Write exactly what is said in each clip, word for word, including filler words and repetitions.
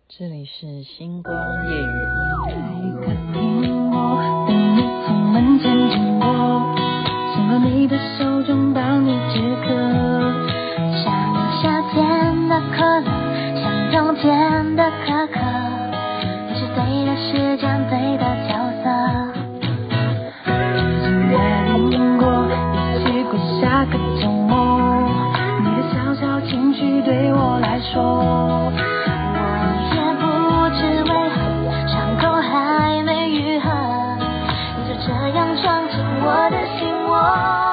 这里是星光夜雨。 在客厅我等你从门前经过，牵过你的手中帮你止渴，像夏天的可乐，像冬天的可可，你是对的时间对的角色，已经约定过一起过下个周末，你的小小情绪对我来说，我的心窝，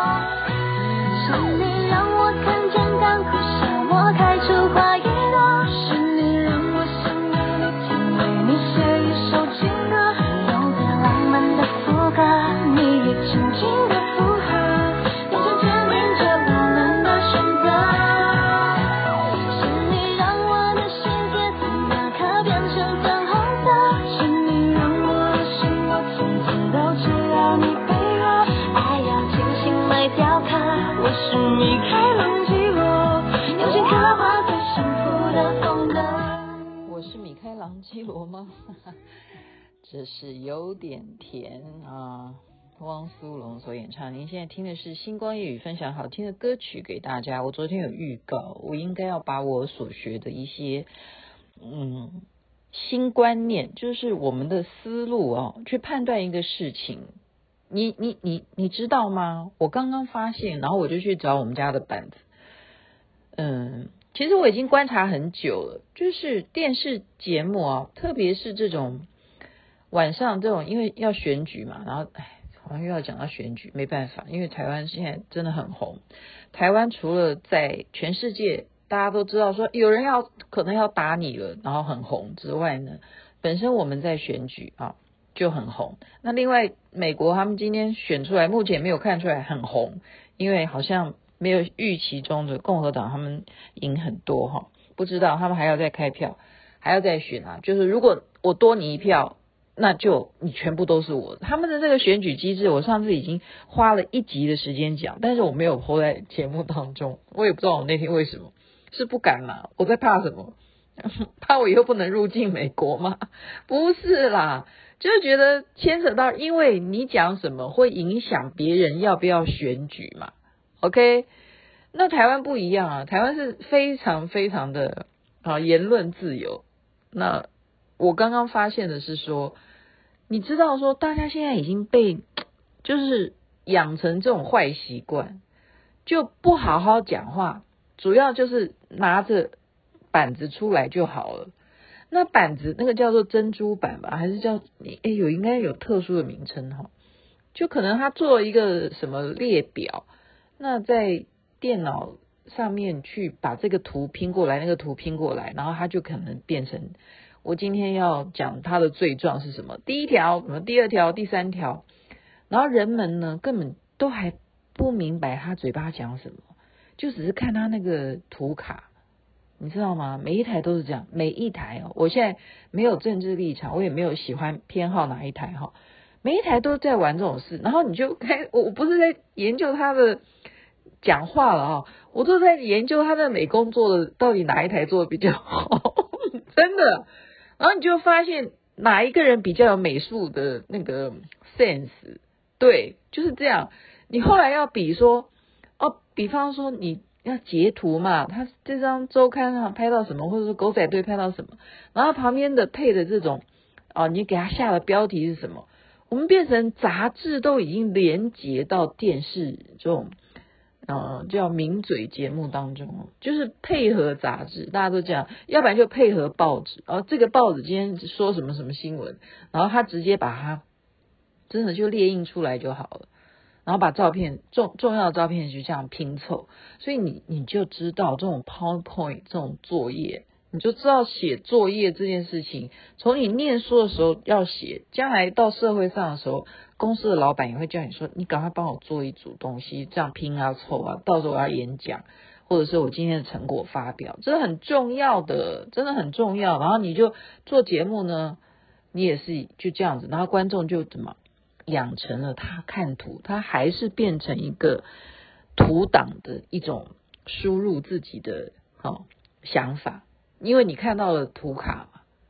是你让我看见干枯沙漠开出花一朵，是你让我想要每天为你写一首情歌，用最浪漫的副歌，你也轻轻的附和，变成决定这无论的选择，是你让我的世界从那刻变成粉红色，是你让我的生活从此都只要你陪我，爱要精心来雕刻，我是米开朗基罗，用心刻画最幸福的风格。 我是米开朗基罗吗？这是有点甜啊，汪苏泷所演唱。您现在听的是星光夜语，分享好听的歌曲给大家。我昨天有预告，我应该要把我所学的一些嗯新观念，就是我们的思路哦，去判断一个事情。你你你你知道吗？我刚刚发现，然后我就去找我们家的板子。嗯，其实我已经观察很久了，就是电视节目啊，特别是这种晚上这种，因为要选举嘛，然后哎，好像又要讲到选举，没办法，因为台湾现在真的很红。台湾除了在全世界大家都知道说有人要可能要打你了，然后很红之外呢，本身我们在选举啊就很红。那另外美国他们今天选出来，目前没有看出来很红，因为好像没有预期中的共和党他们赢很多哈，不知道他们还要再开票，还要再选啊。就是如果我多你一票，那就你全部都是我的。他们的这个选举机制，我上次已经花了一集的时间讲，但是我没有播在节目当中，我也不知道我那天为什么，是不敢嘛？我在怕什么？怕我以后不能入境美国吗？不是啦，就是觉得牵扯到，因为你讲什么会影响别人要不要选举嘛。OK， 那台湾不一样啊，台湾是非常非常的啊言论自由。那我刚刚发现的是说，你知道说大家现在已经被就是养成这种坏习惯，就不好好讲话，主要就是拿着板子出来就好了。那板子那个叫做珍珠板吧，还是叫诶有应该有特殊的名称哈？就可能他做一个什么列表，那在电脑上面去把这个图拼过来，那个图拼过来，然后它就可能变成我今天要讲它的罪状是什么，第一条什么，第二条，第三条，然后人们呢根本都还不明白他嘴巴讲什么，就只是看他那个图卡。你知道吗？每一台都是这样，每一台哦。我现在没有政治立场，我也没有喜欢偏好哪一台哈。每一台都在玩这种事，然后你就开，我不是在研究他的讲话了啊，我都在研究他的美工做的到底哪一台做的比较好，真的。然后你就发现哪一个人比较有美术的那个 sense， 对，就是这样。你后来要比说，哦，比方说你。要截图嘛，他这张周刊上拍到什么，或者说狗仔队拍到什么，然后旁边的配的这种哦，你给他下的标题是什么？我们变成杂志都已经连结到电视这种呃叫名嘴节目当中，就是配合杂志，大家都这样，要不然就配合报纸，然后这个报纸今天说什么什么新闻，然后他直接把它真的就列印出来就好了。然后把照片重重要的照片就这样拼凑，所以你你就知道这种 PowerPoint 这种作业，你就知道写作业这件事情，从你念书的时候要写，将来到社会上的时候，公司的老板也会叫你说，你赶快帮我做一组东西，这样拼啊凑啊，到时候我要演讲，或者是我今天的成果发表，这是很重要的，真的很重要。然后你就做节目呢，你也是就这样子，然后观众就怎么养成了他看图，他还是变成一个图档的一种输入自己的、哦、想法，因为你看到了图卡嘛，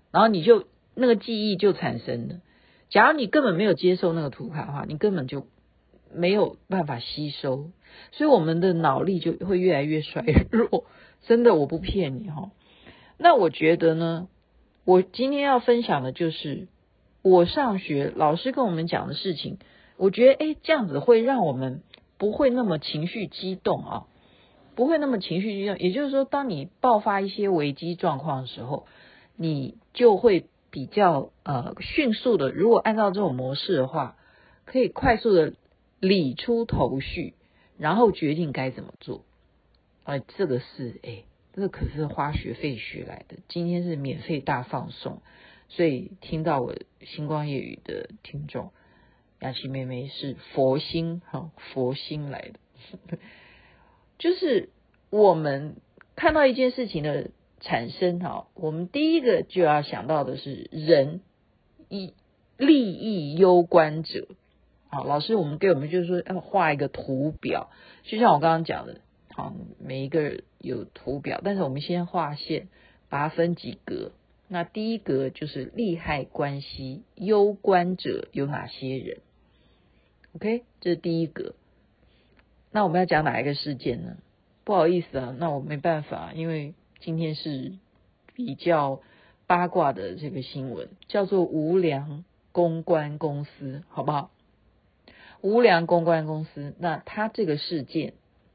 然后你就那个记忆就产生了。假如你根本没有接受那个图卡的话，你根本就没有办法吸收，所以我们的脑力就会越来越衰弱。真的，我不骗你哈。那我觉得呢，我今天要分享的就是我上学老师跟我们讲的事情，我觉得诶这样子会让我们不会那么情绪激动啊，不会那么情绪激动。也就是说，当你爆发一些危机状况的时候，你就会比较呃迅速的，如果按照这种模式的话，可以快速的理出头绪，然后决定该怎么做。哎，这个是哎。这个可是花学费学来的，今天是免费大放送，所以听到我星光夜语的听众，雅琪妹妹是佛心哈，佛心来的。就是我们看到一件事情的产生哈，我们第一个就要想到的是人以利益攸关者。好，老师我们给我们就是说要画一个图表，就像我刚刚讲的。好，每一个有图表，但是我们先画线，把它分几格。那第一格就是利害关系攸关者有哪些人 ？OK， 这是第一格。那我们要讲哪一个事件呢？不好意思啊，那我没办法，因为今天是比较八卦的这个新闻，叫做无良公关公司，好不好？无良公关公司，那它这个事件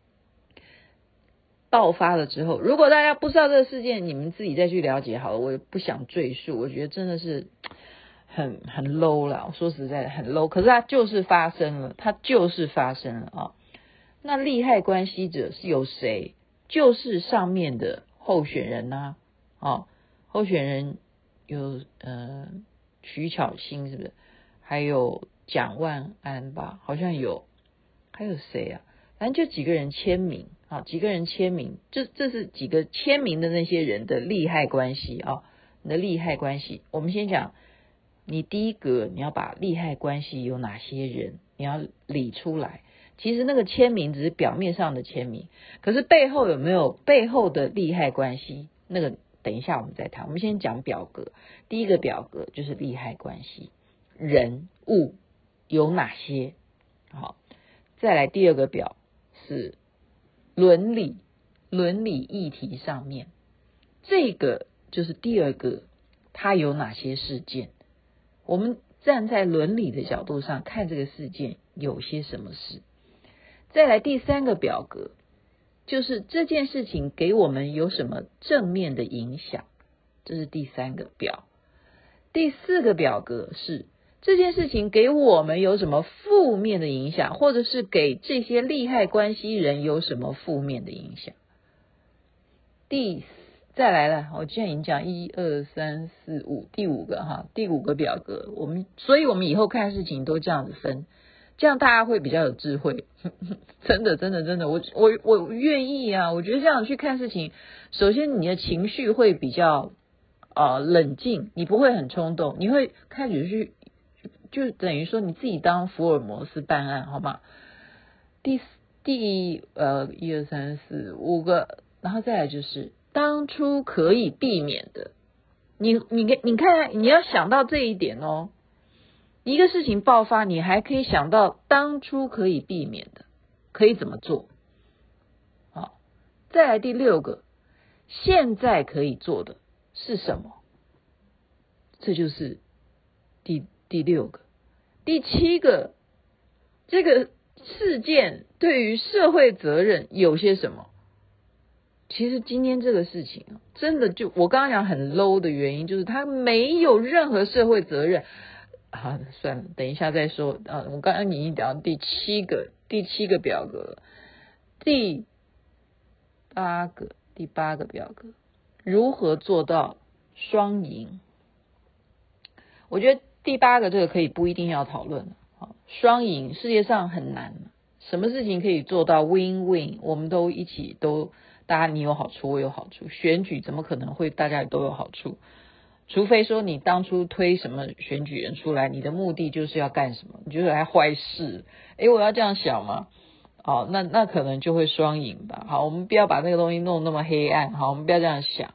爆发了之后，如果大家不知道这个事件，你们自己再去了解好了，我也不想赘述。我觉得真的是很很 low 啦，我说实在的很 low。可是它就是发生了，它就是发生了啊。那利害关系者是有谁？就是上面的候选人呐、啊，哦，候选人有呃徐巧芯是不是？还有蒋万安吧，好像有，还有谁啊？反正就几个人签名啊，几个人签名，这这是几个签名的那些人的利害关系啊，你的利害关系。我们先讲，你第一格你要把利害关系有哪些人，你要理出来。其实那个签名只是表面上的签名，可是背后有没有背后的利害关系？那个等一下我们再谈。我们先讲表格，第一个表格就是利害关系，人物有哪些？好，再来第二个表。是伦理伦理议题上面，这个就是第二个，它有哪些事件？我们站在伦理的角度上看这个事件有些什么事。再来第三个表格，就是这件事情给我们有什么正面的影响，这是第三个表。第四个表格是这件事情给我们有什么负面的影响，或者是给这些利害关系人有什么负面的影响。第再来了，我现在已经讲一二三四五第五个哈，第五个表格，我们所以我们以后看事情都这样子分，这样大家会比较有智慧。真的真的真的，我我我愿意啊，我觉得这样去看事情，首先你的情绪会比较呃冷静，你不会很冲动，你会开始去。就等于说你自己当福尔摩斯办案，好吗？第第呃一二三四五个，然后再来就是当初可以避免的，你你你看你要想到这一点哦。一个事情爆发，你还可以想到当初可以避免的，可以怎么做？好，再来第六个，现在可以做的是什么？这就是第第六个。第七个，这个事件对于社会责任有些什么？其实今天这个事情真的就我刚刚讲很 low 的原因，就是它没有任何社会责任。啊，算了，等一下再说啊。我刚刚已经讲到第七个，第七个表格，第八个，第八个表格，如何做到双赢？我觉得第八个这个可以不一定要讨论了。双赢世界上很难，什么事情可以做到 win win？ 我们都一起都，大家你有好处，我有好处。选举怎么可能会大家都有好处？除非说你当初推什么选举人出来，你的目的就是要干什么？你就是来坏事？诶，我要这样想吗？哦，那那可能就会双赢吧。好，我们不要把那个东西弄那么黑暗。好，我们不要这样想。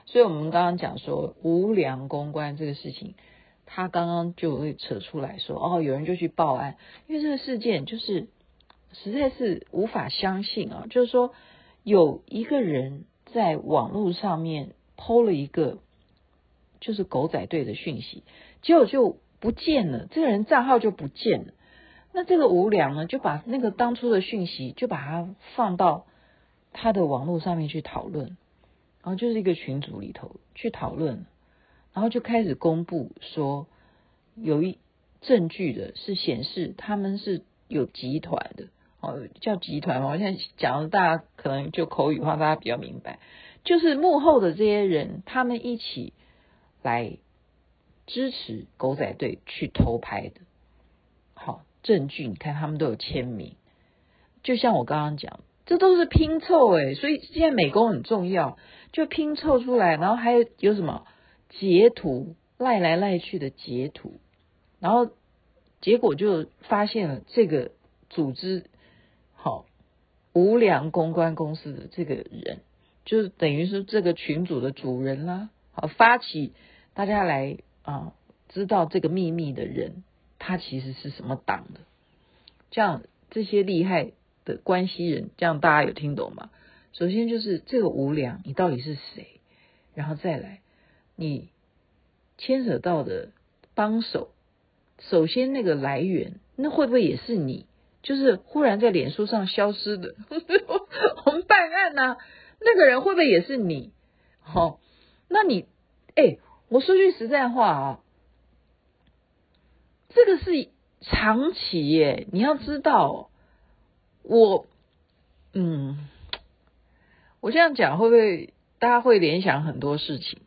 所以我们刚刚讲说无良公关这个事情，他刚刚就会扯出来说，哦，有人就去报案，因为这个事件就是实在是无法相信啊，就是说有一个人在网络上面 po 了一个就是狗仔队的讯息，结果就不见了，这个人账号就不见了。那这个无良呢，就把那个当初的讯息就把它放到他的网络上面去讨论，然后就是一个群组里头去讨论，然后就开始公布说有一证据的是显示他们是有集团的，哦，叫集团嘛，我现在讲的大家可能就口语化，大家比较明白，就是幕后的这些人他们一起来支持狗仔队去偷拍的。好，证据你看他们都有签名，就像我刚刚讲，这都是拼凑诶，所以现在美工很重要，就拼凑出来，然后还有有什么截图，赖来赖去的截图，然后结果就发现了这个组织好无良公关公司的这个人，就是等于是这个群组的主人啦，好，发起大家来啊知道这个秘密的人，他其实是什么党的，这样这些厉害的关系人，这样大家有听懂吗？首先就是这个无良你到底是谁，然后再来你牵扯到的帮手，首先那个来源那会不会也是你，就是忽然在脸书上消失的我们办案啊，那个人会不会也是你？哦，那你哎，我说句实在话啊，这个是长期耶，你要知道，我，嗯，我这样讲会不会大家会联想很多事情？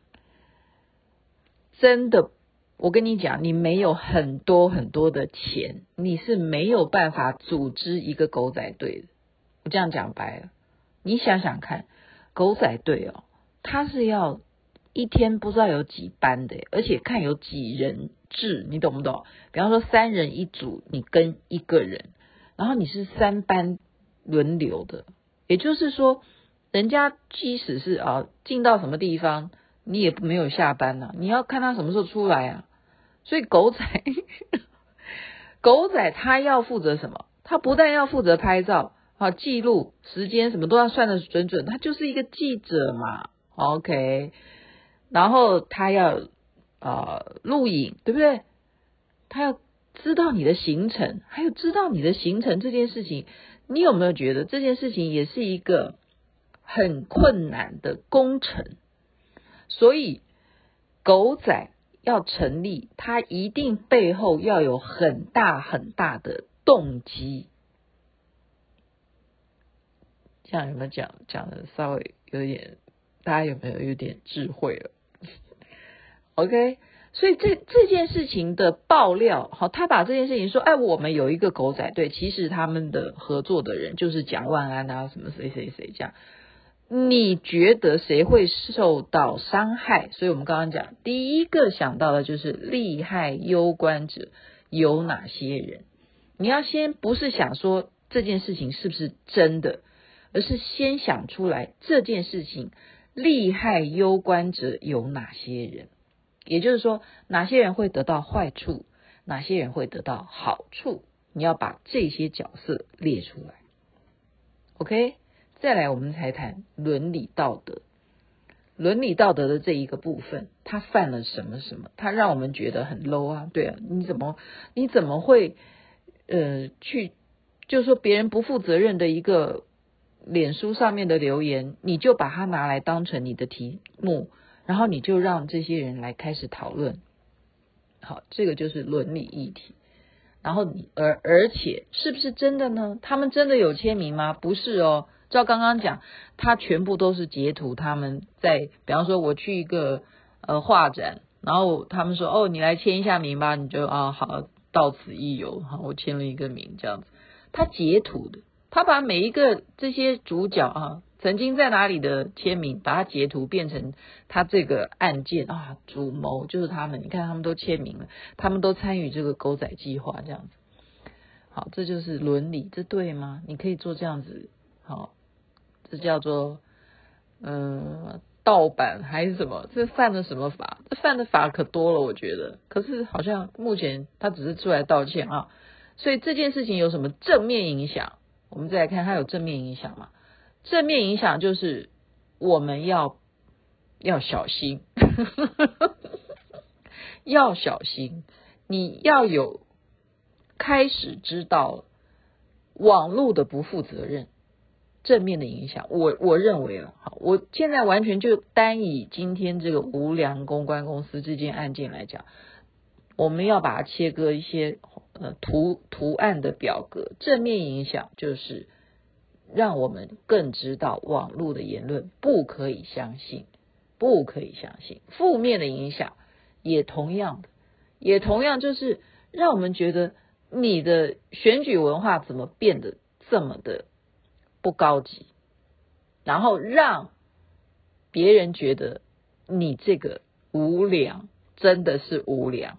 真的，我跟你讲，你没有很多很多的钱，你是没有办法组织一个狗仔队的。我这样讲白了，你想想看，狗仔队哦，他是要一天不知道有几班的，而且看有几人制，你懂不懂？比方说三人一组，你跟一个人，然后你是三班轮流的，也就是说，人家即使是啊进到什么地方，你也没有下班啊，你要看他什么时候出来啊。所以狗仔狗仔他要负责什么？他不但要负责拍照啊，记录时间什么都要算得准准，他就是一个记者嘛 ，OK。然后他要呃录影，对不对？他要知道你的行程，还有知道你的行程这件事情，你有没有觉得这件事情也是一个很困难的工程？所以狗仔要成立，它一定背后要有很大很大的动机。这样有没有讲讲的稍微有点，大家有没有有点智慧了？OK， 所以这这件事情的爆料，好，他把这件事情说，哎，我们有一个狗仔队，其实他们的合作的人就是蒋万安啊，什么谁谁谁这样。你觉得谁会受到伤害？所以我们刚刚讲，第一个想到的就是利害攸关者有哪些人。你要先不是想说这件事情是不是真的，而是先想出来这件事情利害攸关者有哪些人。也就是说，哪些人会得到坏处，哪些人会得到好处，你要把这些角色列出来。 OK， 再来我们才谈伦理道德。伦理道德的这一个部分，他犯了什么什么，他让我们觉得很 low 啊，对啊，你怎么你怎么会呃去就是说别人不负责任的一个脸书上面的留言，你就把它拿来当成你的题目，然后你就让这些人来开始讨论。好，这个就是伦理议题。然后你而而且是不是真的呢？他们真的有签名吗？不是哦，照刚刚讲，他全部都是截图他们在，比方说我去一个呃画展，然后他们说哦你来签一下名吧，你就啊好，到此一游，好，我签了一个名这样子。他截图的，他把每一个这些主角啊曾经在哪里的签名，把它截图变成他这个案件啊主谋就是他们，你看他们都签名了，他们都参与这个狗仔计划这样子。好，这就是伦理，这对吗？你可以做这样子，好，这叫做嗯、呃、 盗版还是什么？这犯了什么法？这犯的法可多了，我觉得。可是好像目前他只是出来道歉啊，所以这件事情有什么正面影响？我们再来看它有正面影响吗？正面影响就是我们要要小心，要小心，你要有开始知道网络的不负责任。正面的影响，我我认为了，好，我现在完全就单以今天这个无良公关公司这件案件来讲，我们要把它切割一些呃图图案的表格。正面影响就是让我们更知道网络的言论不可以相信，不可以相信。负面的影响也同样的，也同样就是让我们觉得你的选举文化怎么变得这么的不高级，然后让别人觉得你这个无良，真的是无良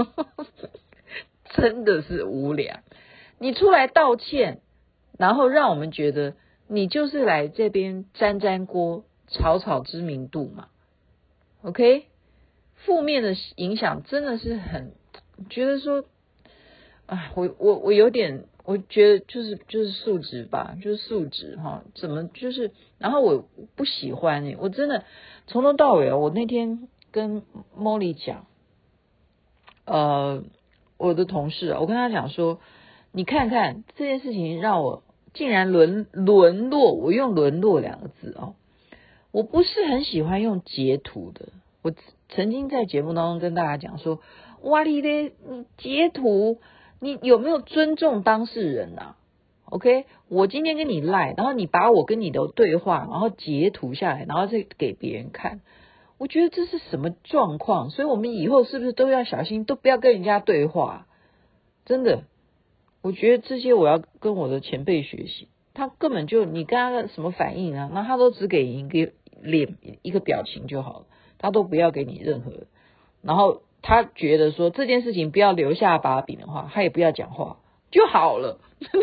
真的是无良。你出来道歉，然后让我们觉得你就是来这边沾沾锅炒炒知名度嘛。 OK， 负面的影响真的是很觉得说啊，我我我有点，我觉得就是就是素质吧，就是素质哈，怎么就是，然后我不喜欢耶，我真的从头到尾，我那天跟 Molly 讲，呃，我的同事啊，我跟他讲说，你看看这件事情让我竟然沦沦落，我用沦落两个字哦，我不是很喜欢用截图的，我曾经在节目当中跟大家讲说，哇哩嘞，你截图。你有没有尊重当事人啊 ？OK， 我今天跟你赖，然后你把我跟你的对话，然后截图下来，然后再给别人看，我觉得这是什么状况？所以我们以后是不是都要小心，都不要跟人家对话？真的，我觉得这些我要跟我的前辈学习，他根本就你跟他的什么反应啊，那他都只给一个脸一个表情就好了，他都不要给你任何，然后。他觉得说这件事情不要留下把柄的话，他也不要讲话就好了。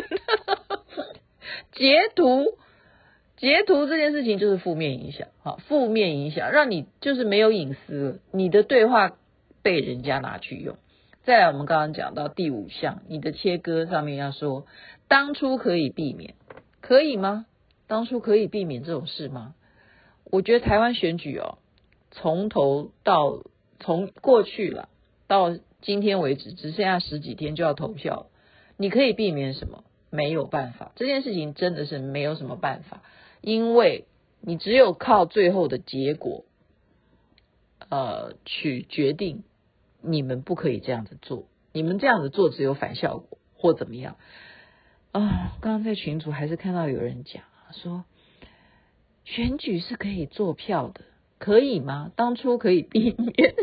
截图，截图这件事情就是负面影响，好，负面影响让你就是没有隐私，你的对话被人家拿去用。再来，我们刚刚讲到第五项，你的切割上面要说，当初可以避免，可以吗？当初可以避免这种事吗？我觉得台湾选举哦，从头到从过去了到今天为止，只剩下十几天就要投票，你可以避免什么？没有办法，这件事情真的是没有什么办法，因为你只有靠最后的结果，呃，去决定你们不可以这样子做，你们这样子做只有反效果或怎么样啊？刚刚在群组还是看到有人讲说，选举是可以做票的。可以吗？当初可以避免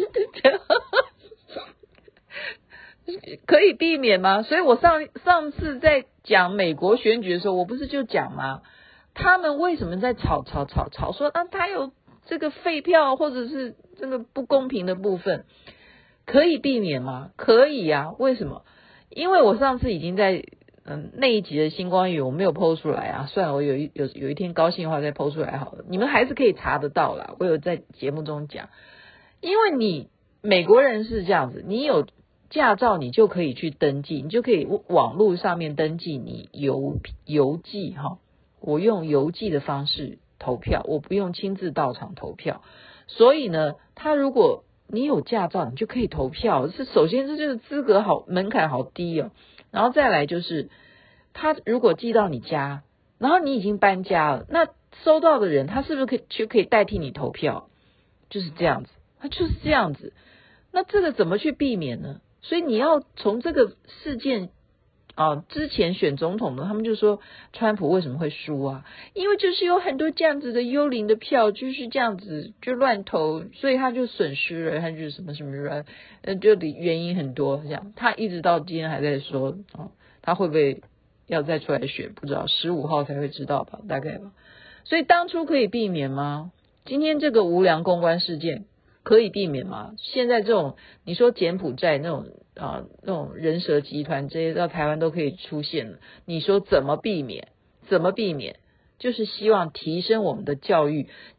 可以避免吗？所以我上上次在讲美国选举的时候，我不是就讲吗？他们为什么在吵吵吵吵说啊，他有这个废票或者是这个不公平的部分，可以避免吗？可以啊，为什么？因为我上次已经在嗯那一集的星光雨我没有 po 出来啊，算了，我有一有有一天高兴的话再 po 出来好了，你们还是可以查得到啦，我有在节目中讲，因为你美国人是这样子，你有驾照你就可以去登记，你就可以网络上面登记你邮邮寄哈，我用邮寄的方式投票，我不用亲自到场投票，所以呢，他如果你有驾照你就可以投票，是首先这就是资格好门槛好低哦，然后再来就是他如果寄到你家，然后你已经搬家了，那收到的人他是不是可以就可以代替你投票？就是这样子，他就是这样子，那这个怎么去避免呢？所以你要从这个事件啊，之前选总统的，他们就说川普为什么会输啊？因为就是有很多这样子的幽灵的票，就是这样子就乱投，所以他就损失了，他就是什么什么人，呃，就原因很多这样。他一直到今天还在说，哦，他会不会要再出来选？不知道，十五号才会知道吧，大概吧。所以当初可以避免吗？今天这个无良公关事件可以避免吗？现在这种你说柬埔寨那种啊、呃、那种人蛇集团这些到台湾都可以出现了，你说怎么避免？怎么避免？就是希望提升我们的教育，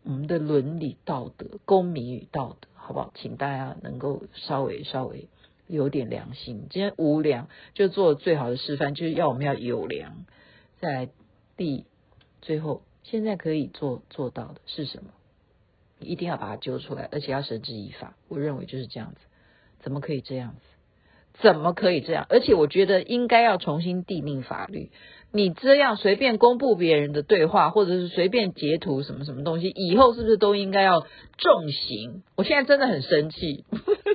我们的伦理道德、公民与道德，好不好？请大家能够稍微稍微有点良心。今天无良就做最好的示范，就是要我们要有良。再来第最后，现在可以做做到的是什么？你一定要把它揪出来，而且要绳之以法。我认为就是这样子。怎么可以这样子？怎么可以这样？而且我觉得应该要重新订定法律。你这样随便公布别人的对话，或者是随便截图什么什么东西，以后是不是都应该要重刑？我现在真的很生气。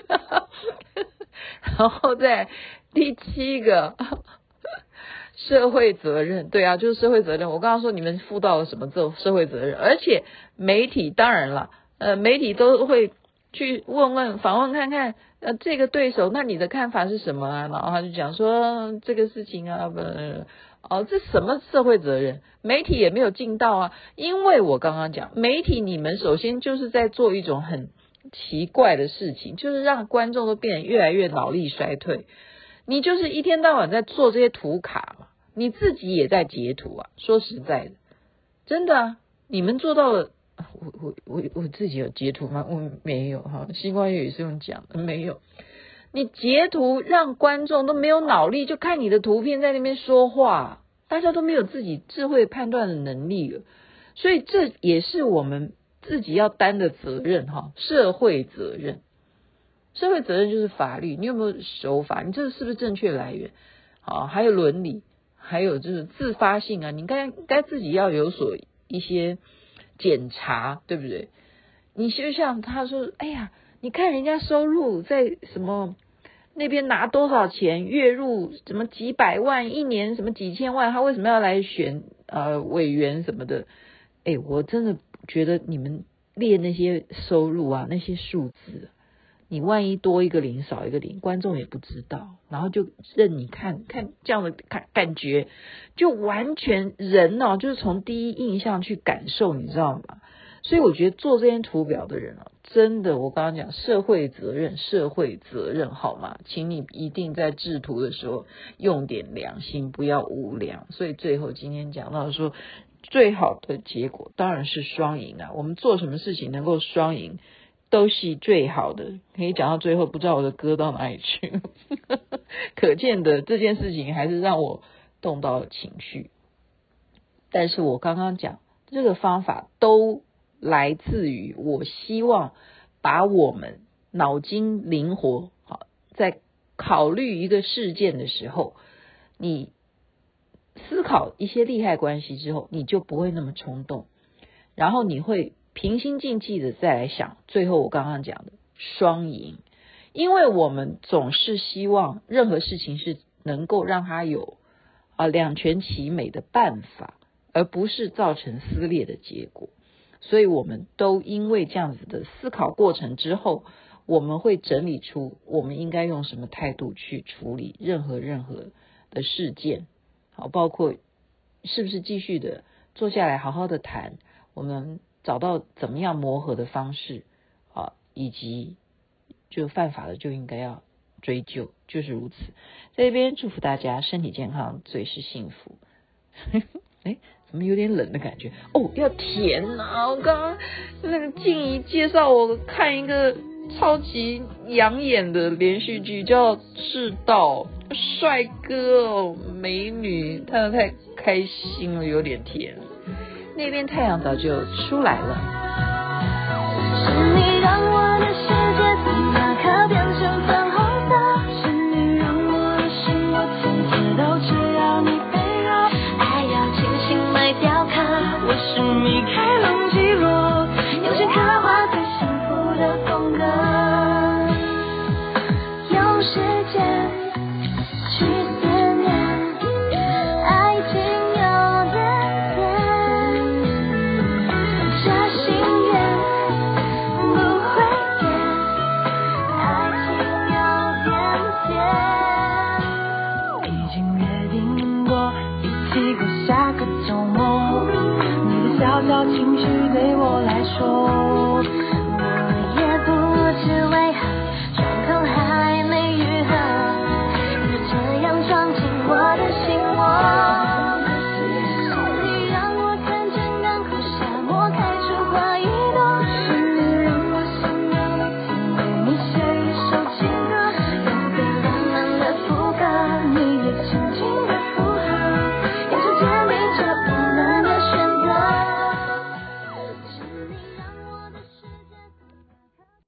然后在第七个社会责任，对啊，就是社会责任。我刚刚说你们负到了什么这社会责任，而且媒体当然了，呃，媒体都会去问问访问看看，呃，这个对手，那你的看法是什么啊？然后他就讲说这个事情啊，不，哦，这什么社会责任？媒体也没有尽到啊，因为我刚刚讲，媒体你们首先就是在做一种很奇怪的事情，就是让观众都变得越来越脑力衰退。你就是一天到晚在做这些图卡嘛，你自己也在截图啊。说实在的，真的啊，你们做到了。我我我我自己有截图吗？我没有哈。西瓜也是用讲的，没有。你截图让观众都没有脑力，就看你的图片在那边说话，大家都没有自己智慧判断的能力了。所以这也是我们自己要担的责任哈，社会责任。社会责任就是法律，你有没有守法？你这是不是正确来源？好，还有伦理，还有就是自发性啊，你该该自己要有所一些检查，对不对？你就像他说，哎呀，你看人家收入在什么那边拿多少钱，月入什么几百万，一年什么几千万，他为什么要来选呃委员什么的？哎，我真的觉得你们列那些收入啊，那些数字，你万一多一个零少一个零，观众也不知道，然后就任你看看这样的感感觉，就完全人哦，就是从第一印象去感受，你知道吗？所以我觉得做这些图表的人啊，真的，我刚刚讲社会责任，社会责任好吗？请你一定在制图的时候用点良心，不要无良。所以最后今天讲到说，最好的结果当然是双赢啊！我们做什么事情能够双赢，都是最好的。可以讲到最后，不知道我的歌到哪里去了。可见的这件事情还是让我动到了情绪。但是我刚刚讲这个方法都来自于我希望把我们脑筋灵活，好，在考虑一个事件的时候，你思考一些利害关系之后，你就不会那么冲动，然后你会平心静气的再来想最后我刚刚讲的双赢。因为我们总是希望任何事情是能够让它有啊两全其美的办法，而不是造成撕裂的结果。所以我们都因为这样子的思考过程之后，我们会整理出我们应该用什么态度去处理任何任何的事件，好，包括是不是继续的坐下来好好的谈，我们找到怎么样磨合的方式，啊，以及就犯法的就应该要追究，就是如此。在这边祝福大家身体健康，最是幸福。哎，怎么有点冷的感觉？哦，要甜啊！我刚刚那个静怡介绍我看一个超级养眼的连续剧，叫《赤道》，帅哥哦，美女，看得太开心了，有点甜。那边太阳早就出来了。